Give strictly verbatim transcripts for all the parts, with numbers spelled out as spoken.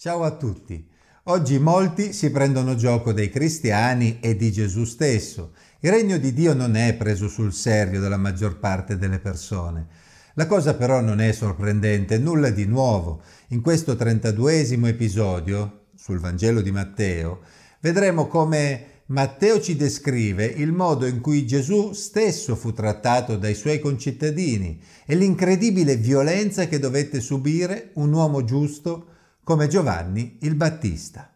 Ciao a tutti. Oggi molti si prendono gioco dei cristiani e di Gesù stesso. Il regno di Dio non è preso sul serio dalla maggior parte delle persone. La cosa però non è sorprendente, nulla di nuovo. In questo trentaduesimo episodio, sul Vangelo di Matteo, vedremo come Matteo ci descrive il modo in cui Gesù stesso fu trattato dai suoi concittadini e l'incredibile violenza che dovette subire un uomo giusto come Giovanni il Battista.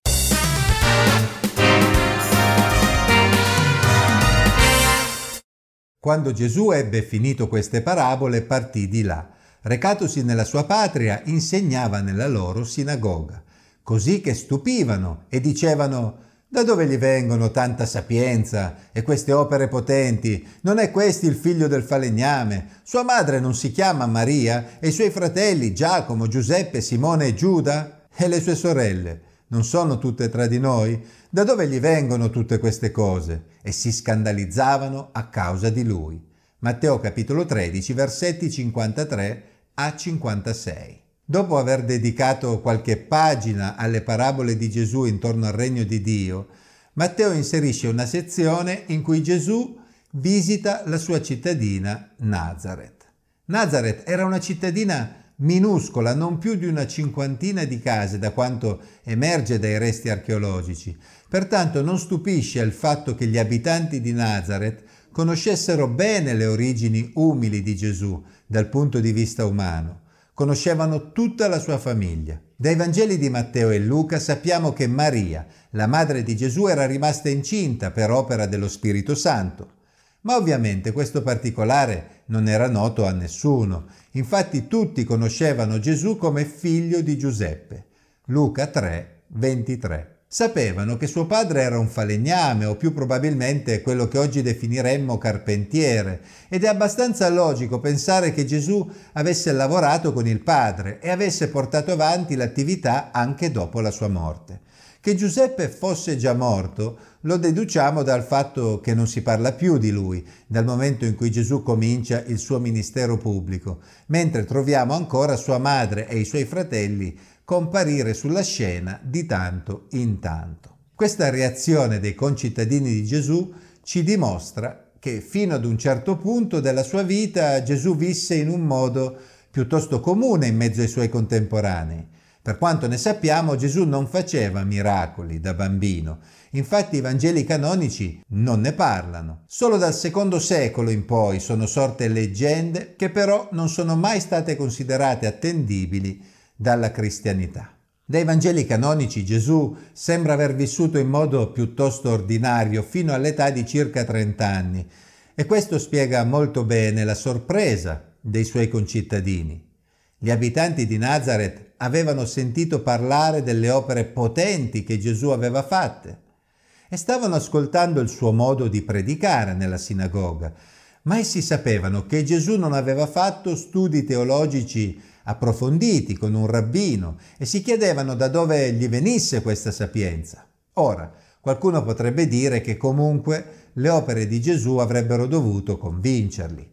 Quando Gesù ebbe finito queste parabole, partì di là. Recatosi nella sua patria, insegnava nella loro sinagoga, così che stupivano e dicevano: da dove gli vengono tanta sapienza e queste opere potenti? Non è questi il figlio del falegname? Sua madre non si chiama Maria? E i suoi fratelli Giacomo, Giuseppe, Simone e Giuda? E le sue sorelle non sono tutte tra di noi? Da dove gli vengono tutte queste cose? E si scandalizzavano a causa di lui. Matteo capitolo tredici, versetti cinquantatré a cinquantasei. Dopo aver dedicato qualche pagina alle parabole di Gesù intorno al regno di Dio, Matteo inserisce una sezione in cui Gesù visita la sua cittadina Nazaret. Nazaret era una cittadina minuscola, non più di una cinquantina di case, da quanto emerge dai resti archeologici. Pertanto non stupisce il fatto che gli abitanti di Nazaret conoscessero bene le origini umili di Gesù dal punto di vista umano. Conoscevano tutta la sua famiglia. Dai Vangeli di Matteo e Luca sappiamo che Maria, la madre di Gesù, era rimasta incinta per opera dello Spirito Santo. Ma ovviamente questo particolare non era noto a nessuno. Infatti tutti conoscevano Gesù come figlio di Giuseppe. Luca tre, ventitré. Sapevano che suo padre era un falegname, o più probabilmente quello che oggi definiremmo carpentiere, ed è abbastanza logico pensare che Gesù avesse lavorato con il padre e avesse portato avanti l'attività anche dopo la sua morte. Che Giuseppe fosse già morto lo deduciamo dal fatto che non si parla più di lui, dal momento in cui Gesù comincia il suo ministero pubblico, mentre troviamo ancora sua madre e i suoi fratelli comparire sulla scena di tanto in tanto. Questa reazione dei concittadini di Gesù ci dimostra che fino ad un certo punto della sua vita Gesù visse in un modo piuttosto comune in mezzo ai suoi contemporanei. Per quanto ne sappiamo, Gesù non faceva miracoli da bambino. Infatti i Vangeli canonici non ne parlano. Solo dal secondo secolo in poi sono sorte leggende che però non sono mai state considerate attendibili dalla cristianità. Dai Vangeli canonici Gesù sembra aver vissuto in modo piuttosto ordinario fino all'età di circa trenta anni, e questo spiega molto bene la sorpresa dei suoi concittadini. Gli abitanti di Nazaret avevano sentito parlare delle opere potenti che Gesù aveva fatte e stavano ascoltando il suo modo di predicare nella sinagoga, ma essi sapevano che Gesù non aveva fatto studi teologici approfonditi con un rabbino e si chiedevano da dove gli venisse questa sapienza. Ora, qualcuno potrebbe dire che comunque le opere di Gesù avrebbero dovuto convincerli.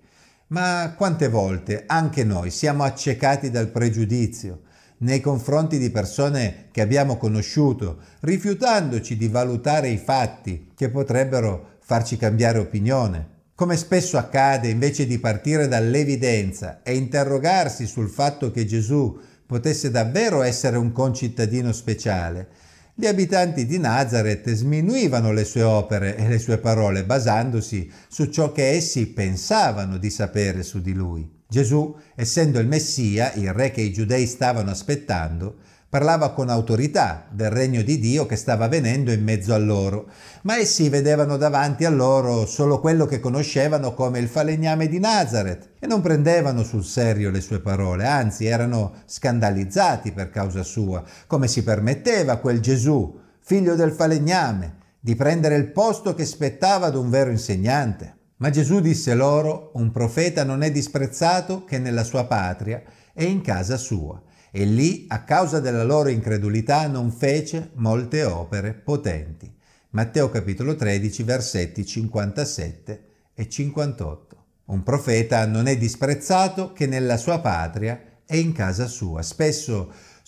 Ma quante volte anche noi siamo accecati dal pregiudizio nei confronti di persone che abbiamo conosciuto, rifiutandoci di valutare i fatti che potrebbero farci cambiare opinione. Come spesso accade, invece di partire dall'evidenza e interrogarsi sul fatto che Gesù potesse davvero essere un concittadino speciale, gli abitanti di Nazaret sminuivano le sue opere e le sue parole basandosi su ciò che essi pensavano di sapere su di lui. Gesù, essendo il Messia, il re che i giudei stavano aspettando, parlava con autorità del regno di Dio che stava venendo in mezzo a loro, ma essi vedevano davanti a loro solo quello che conoscevano come il falegname di Nazaret e non prendevano sul serio le sue parole, anzi erano scandalizzati per causa sua. Come si permetteva quel Gesù, figlio del falegname, di prendere il posto che spettava ad un vero insegnante? Ma Gesù disse loro: un profeta non è disprezzato che nella sua patria e in casa sua. E lì, a causa della loro incredulità, non fece molte opere potenti. Matteo capitolo tredici, versetti cinquantasette e cinquantotto. Un profeta non è disprezzato che nella sua patria e in casa sua. Spesso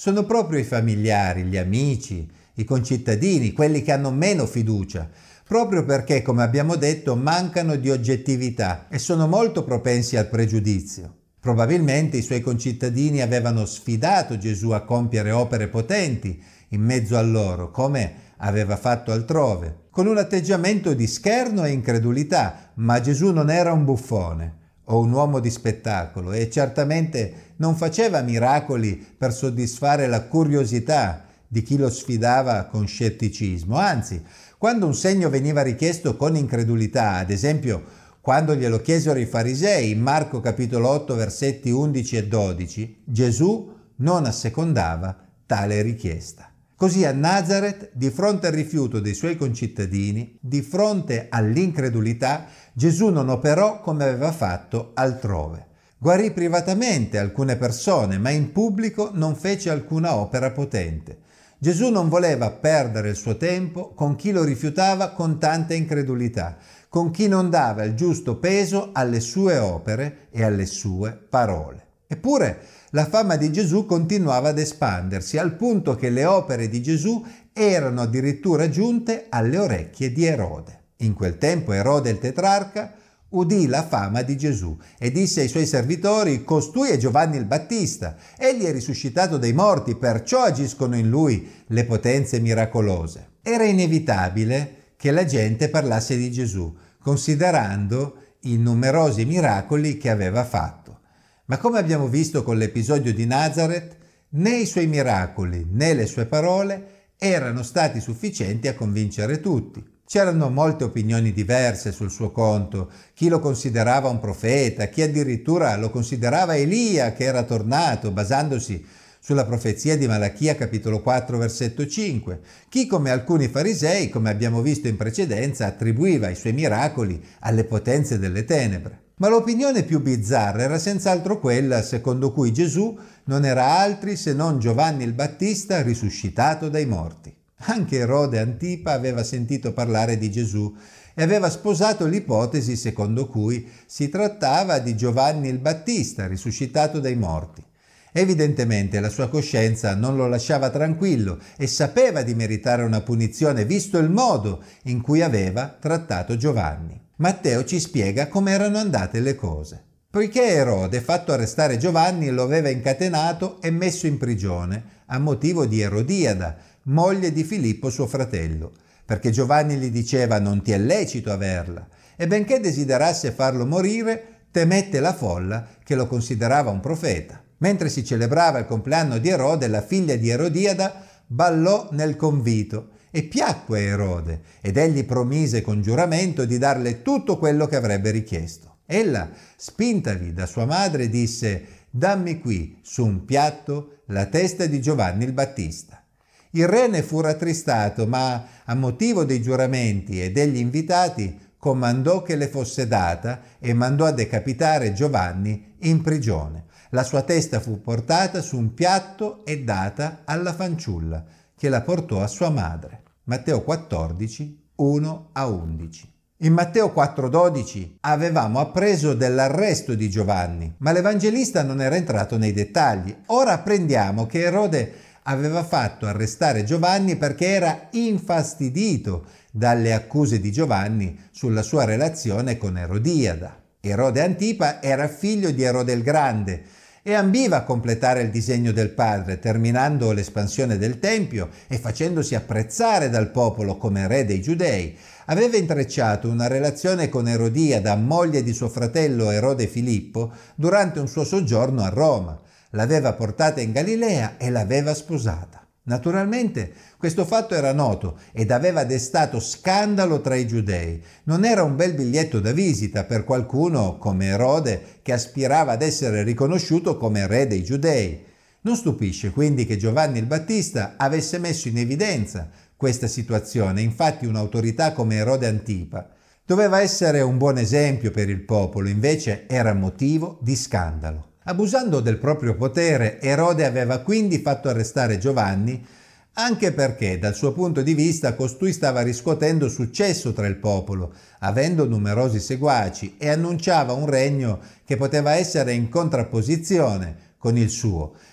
Sono proprio i familiari, gli amici, i concittadini, quelli che hanno meno fiducia, proprio perché, come abbiamo detto, mancano di oggettività e sono molto propensi al pregiudizio. Probabilmente i suoi concittadini avevano sfidato Gesù a compiere opere potenti in mezzo a loro, come aveva fatto altrove, con un atteggiamento di scherno e incredulità, ma Gesù non era un buffone o un uomo di spettacolo e certamente non faceva miracoli per soddisfare la curiosità di chi lo sfidava con scetticismo. Anzi, quando un segno veniva richiesto con incredulità, ad esempio quando glielo chiesero i farisei in Marco capitolo otto versetti undici e dodici, Gesù non assecondava tale richiesta. Così a Nazaret, di fronte al rifiuto dei suoi concittadini, di fronte all'incredulità, Gesù non operò come aveva fatto altrove. Guarì privatamente alcune persone, ma in pubblico non fece alcuna opera potente. Gesù non voleva perdere il suo tempo con chi lo rifiutava con tanta incredulità, con chi non dava il giusto peso alle sue opere e alle sue parole. Eppure la fama di Gesù continuava ad espandersi, al punto che le opere di Gesù erano addirittura giunte alle orecchie di Erode. In quel tempo Erode il tetrarca udì la fama di Gesù e disse ai suoi servitori: «Costui è Giovanni il Battista, egli è risuscitato dai morti, perciò agiscono in lui le potenze miracolose». Era inevitabile che la gente parlasse di Gesù, considerando i numerosi miracoli che aveva fatto. Ma come abbiamo visto con l'episodio di Nazaret, né i suoi miracoli né le sue parole erano stati sufficienti a convincere tutti. C'erano molte opinioni diverse sul suo conto, chi lo considerava un profeta, chi addirittura lo considerava Elia che era tornato, basandosi sulla profezia di Malachia capitolo quattro versetto cinque, chi come alcuni farisei, come abbiamo visto in precedenza, attribuiva i suoi miracoli alle potenze delle tenebre. Ma l'opinione più bizzarra era senz'altro quella secondo cui Gesù non era altri se non Giovanni il Battista risuscitato dai morti. Anche Erode Antipa aveva sentito parlare di Gesù e aveva sposato l'ipotesi secondo cui si trattava di Giovanni il Battista risuscitato dai morti. Evidentemente la sua coscienza non lo lasciava tranquillo e sapeva di meritare una punizione visto il modo in cui aveva trattato Giovanni. Matteo ci spiega come erano andate le cose. Poiché Erode, fatto arrestare Giovanni, lo aveva incatenato e messo in prigione a motivo di Erodiada, moglie di Filippo suo fratello, perché Giovanni gli diceva: «Non ti è lecito averla», e benché desiderasse farlo morire, temette la folla che lo considerava un profeta. Mentre si celebrava il compleanno di Erode, la figlia di Erodiada ballò nel convito e piacque a Erode, ed egli promise con giuramento di darle tutto quello che avrebbe richiesto. Ella, spintavi da sua madre, disse: «Dammi qui, su un piatto, la testa di Giovanni il Battista». Il re ne fu rattristato, ma a motivo dei giuramenti e degli invitati comandò che le fosse data e mandò a decapitare Giovanni in prigione. La sua testa fu portata su un piatto e data alla fanciulla, che la portò a sua madre. Matteo quattordici, uno a undici. In Matteo quattro dodici avevamo appreso dell'arresto di Giovanni, ma l'Evangelista non era entrato nei dettagli. Ora apprendiamo che Erode aveva fatto arrestare Giovanni perché era infastidito dalle accuse di Giovanni sulla sua relazione con Erodiada. Erode Antipa era figlio di Erode il Grande e ambiva a completare il disegno del padre, terminando l'espansione del Tempio e facendosi apprezzare dal popolo come re dei Giudei. Aveva intrecciato una relazione con Erodiada, moglie di suo fratello Erode Filippo, durante un suo soggiorno a Roma. L'aveva portata in Galilea e l'aveva sposata. Naturalmente questo fatto era noto ed aveva destato scandalo tra i giudei. Non era un bel biglietto da visita per qualcuno come Erode che aspirava ad essere riconosciuto come re dei giudei. Non stupisce quindi che Giovanni il Battista avesse messo in evidenza questa situazione. Infatti un'autorità come Erode Antipa doveva essere un buon esempio per il popolo, invece era motivo di scandalo. Abusando del proprio potere, Erode aveva quindi fatto arrestare Giovanni, anche perché dal suo punto di vista costui stava riscuotendo successo tra il popolo, avendo numerosi seguaci, e annunciava un regno che poteva essere in contrapposizione con il suo,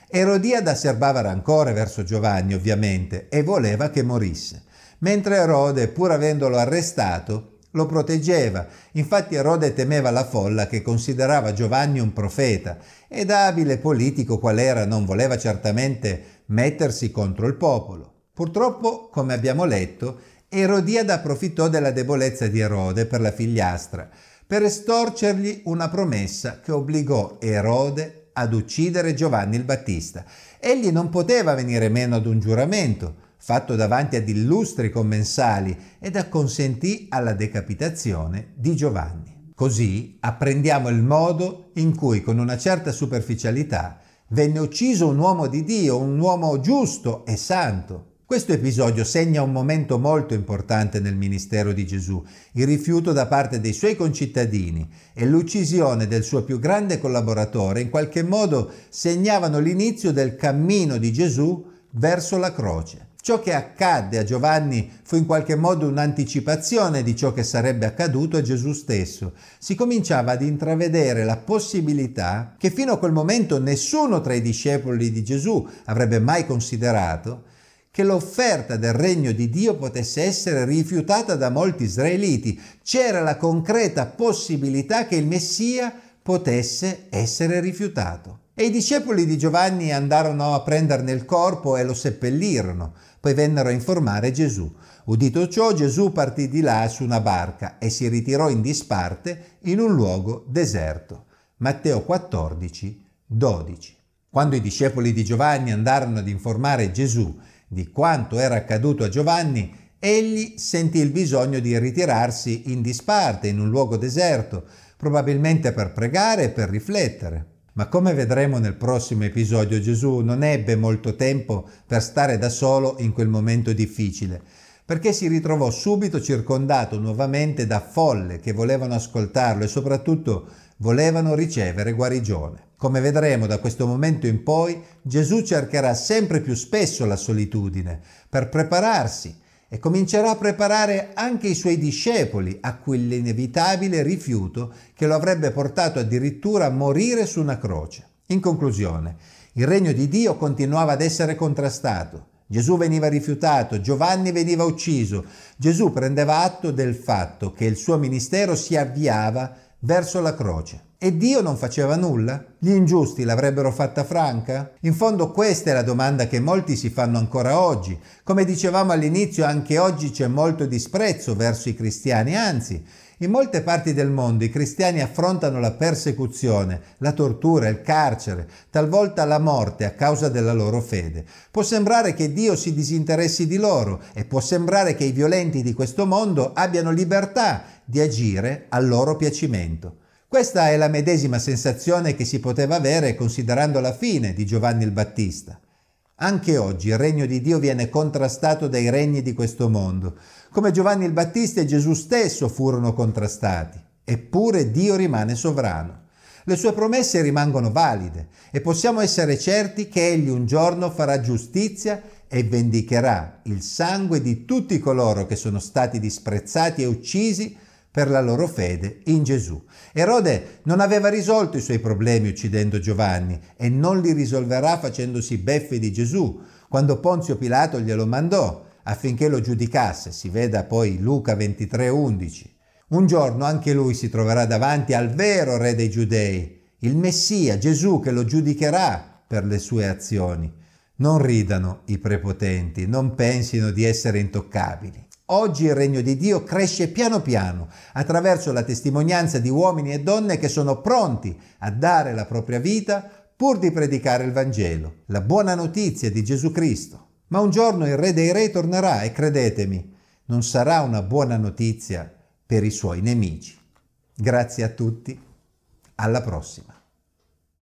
Erodiada serbava rancore verso Giovanni, ovviamente, e voleva che morisse, mentre Erode, pur avendolo arrestato, lo proteggeva. Infatti Erode temeva la folla che considerava Giovanni un profeta e, da abile politico qual era, non voleva certamente mettersi contro il popolo. Purtroppo, come abbiamo letto, Erodiada approfittò della debolezza di Erode per la figliastra per estorcergli una promessa che obbligò Erode ad uccidere Giovanni il Battista. Egli non poteva venire meno ad un giuramento fatto davanti ad illustri commensali ed acconsentì alla decapitazione di Giovanni. Così apprendiamo il modo in cui, con una certa superficialità, venne ucciso un uomo di Dio, un uomo giusto e santo. Questo episodio segna un momento molto importante nel ministero di Gesù, il rifiuto da parte dei suoi concittadini e l'uccisione del suo più grande collaboratore in qualche modo segnavano l'inizio del cammino di Gesù verso la croce. Ciò che accadde a Giovanni fu in qualche modo un'anticipazione di ciò che sarebbe accaduto a Gesù stesso. Si cominciava ad intravedere la possibilità che fino a quel momento nessuno tra i discepoli di Gesù avrebbe mai considerato, che l'offerta del regno di Dio potesse essere rifiutata da molti israeliti. C'era la concreta possibilità che il Messia potesse essere rifiutato. E i discepoli di Giovanni andarono a prenderne il corpo e lo seppellirono. Poi vennero a informare Gesù. Udito ciò, Gesù partì di là su una barca e si ritirò in disparte in un luogo deserto. Matteo quattordici, dodici. Quando i discepoli di Giovanni andarono ad informare Gesù di quanto era accaduto a Giovanni, egli sentì il bisogno di ritirarsi in disparte in un luogo deserto, probabilmente per pregare e per riflettere. Ma come vedremo nel prossimo episodio, Gesù non ebbe molto tempo per stare da solo in quel momento difficile, perché si ritrovò subito circondato nuovamente da folle che volevano ascoltarlo e soprattutto volevano ricevere guarigione. Come vedremo da questo momento in poi, Gesù cercherà sempre più spesso la solitudine per prepararsi e comincerà a preparare anche i suoi discepoli a quell'inevitabile rifiuto che lo avrebbe portato addirittura a morire su una croce. In conclusione, il regno di Dio continuava ad essere contrastato. Gesù veniva rifiutato, Giovanni veniva ucciso. Gesù prendeva atto del fatto che il suo ministero si avviava verso la croce. E Dio non faceva nulla? Gli ingiusti l'avrebbero fatta franca? In fondo questa è la domanda che molti si fanno ancora oggi. Come dicevamo all'inizio, anche oggi c'è molto disprezzo verso i cristiani, anzi, in molte parti del mondo i cristiani affrontano la persecuzione, la tortura, il carcere, talvolta la morte a causa della loro fede. Può sembrare che Dio si disinteressi di loro e può sembrare che i violenti di questo mondo abbiano libertà di agire al loro piacimento. Questa è la medesima sensazione che si poteva avere considerando la fine di Giovanni il Battista. Anche oggi il regno di Dio viene contrastato dai regni di questo mondo. Come Giovanni il Battista e Gesù stesso furono contrastati. Eppure Dio rimane sovrano. Le sue promesse rimangono valide e possiamo essere certi che Egli un giorno farà giustizia e vendicherà il sangue di tutti coloro che sono stati disprezzati e uccisi per la loro fede in Gesù. Erode non aveva risolto i suoi problemi uccidendo Giovanni e non li risolverà facendosi beffe di Gesù, quando Ponzio Pilato glielo mandò affinché lo giudicasse. Si veda poi Luca ventitré undici. Un giorno anche lui si troverà davanti al vero re dei Giudei, il Messia, Gesù, che lo giudicherà per le sue azioni. Non ridano i prepotenti, non pensino di essere intoccabili. Oggi il regno di Dio cresce piano piano attraverso la testimonianza di uomini e donne che sono pronti a dare la propria vita pur di predicare il Vangelo, la buona notizia di Gesù Cristo. Ma un giorno il Re dei Re tornerà e credetemi, non sarà una buona notizia per i suoi nemici. Grazie a tutti, alla prossima.